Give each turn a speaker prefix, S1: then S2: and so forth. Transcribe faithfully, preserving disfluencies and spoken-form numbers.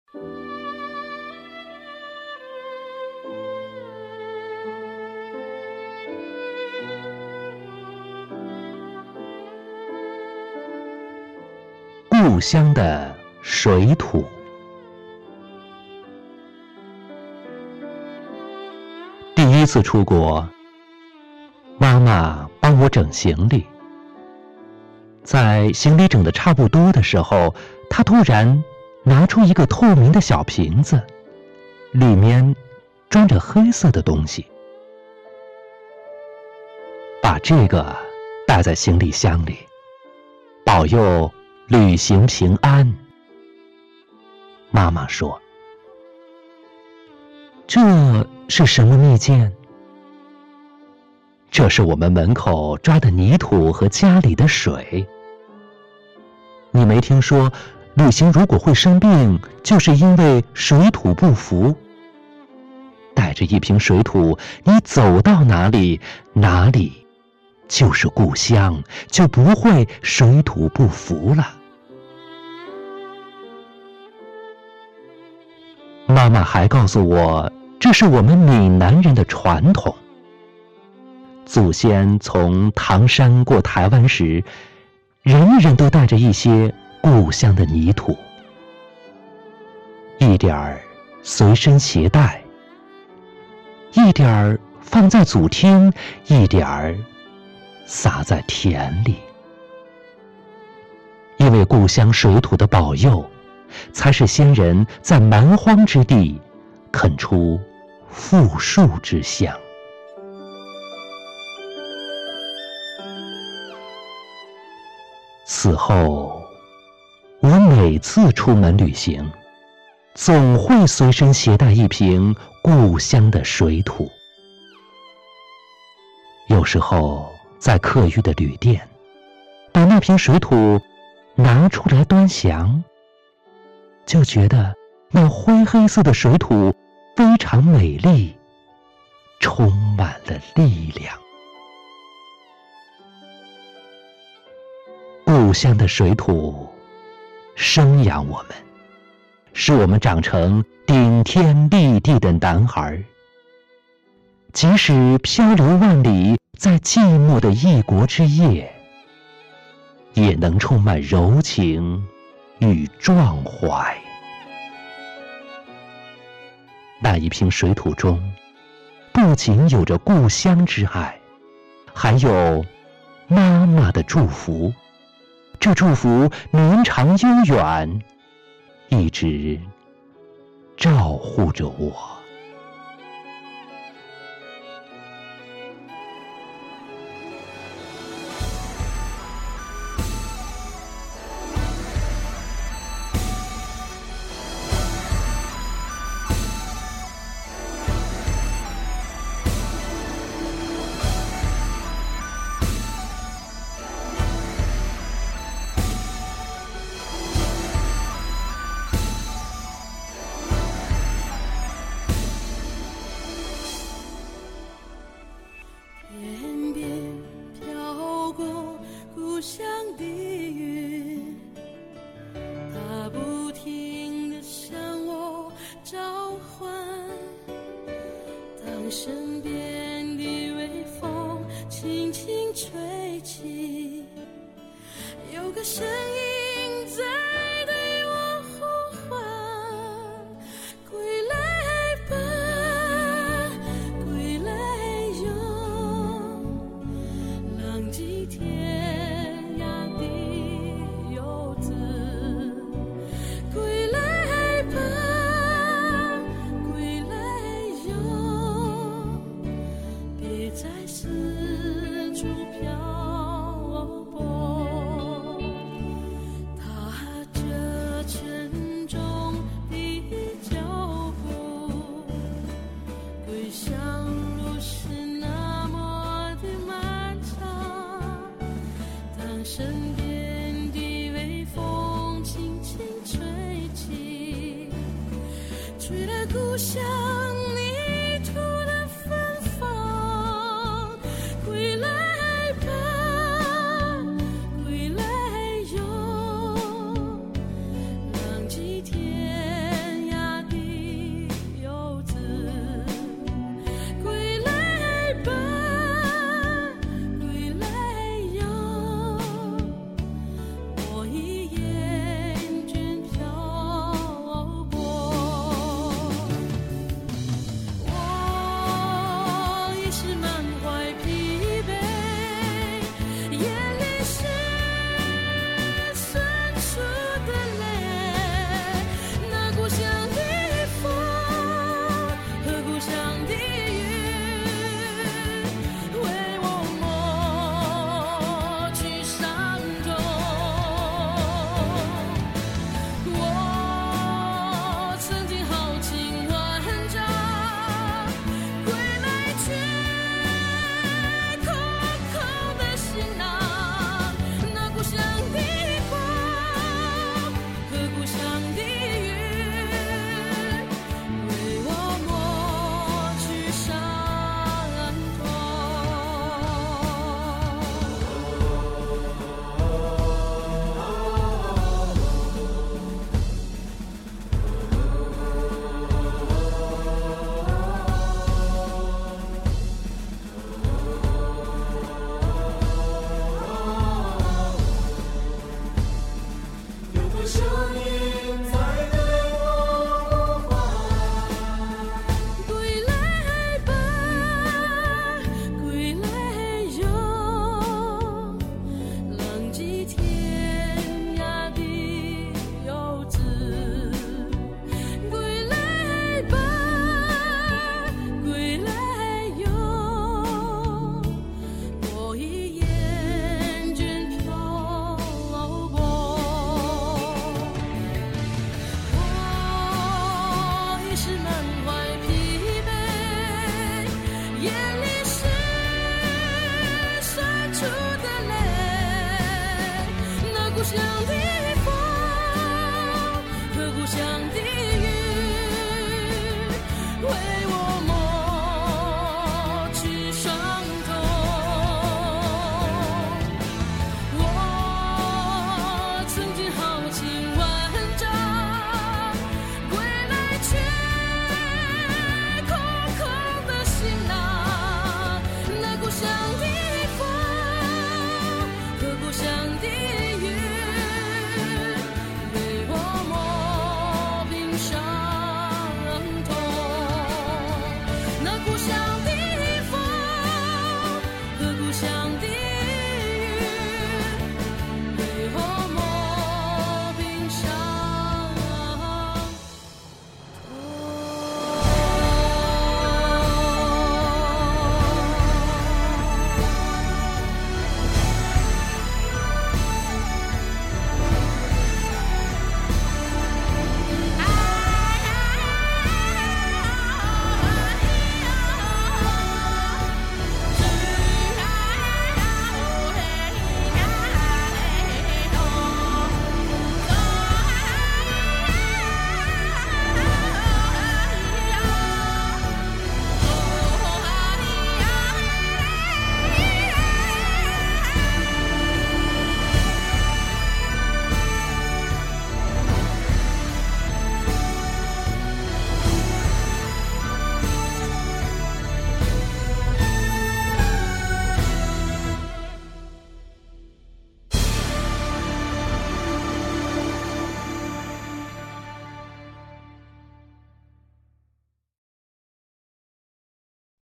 S1: 故乡的水土。第一次出国，妈妈帮我整行李。在行李整得差不多的时候，她突然拿出一个透明的小瓶子，里面装着黑色的东西。把这个带在行李箱里，保佑旅行平安。妈妈说：“这是什么蜜饯？”这是我们门口抓的泥土和家里的水。你没听说，旅行如果会生病，就是因为水土不服。带着一瓶水土，你走到哪里，哪里就是故乡，就不会水土不服了。妈妈还告诉我，这是我们闽南人的传统。祖先从唐山过台湾时，人人都带着一些故乡的泥土，一点儿随身携带，一点儿放在祖厅，一点儿撒在田里。因为故乡水土的保佑，才是先人在蛮荒之地垦出富庶之乡。此后，我每次出门旅行，总会随身携带一瓶故乡的水土。有时候在客寓的旅店，把那瓶水土拿出来端详，就觉得那灰黑色的水土非常美丽，充满了力量。故乡的水土生养我们，使我们长成顶天立地的男孩。即使漂流万里，在寂寞的异国之夜，也能充满柔情与壮怀。那一瓶水土中，不仅有着故乡之爱，还有妈妈的祝福。这祝福绵长悠远，一直照护着我。
S2: 天边飘过故乡的云，它不停地向我召唤。当身边的微风轻轻吹起，有个声音在对我呼唤，归来吧，归来哟，浪迹天涯的游子，归来吧，归来哟，别再四处漂泊。踏着沉重的脚步，归乡路是那么的漫长。当身边的微风轻轻吹起，吹来故乡泥土的芬芳。归来吧，归来哟，浪迹天地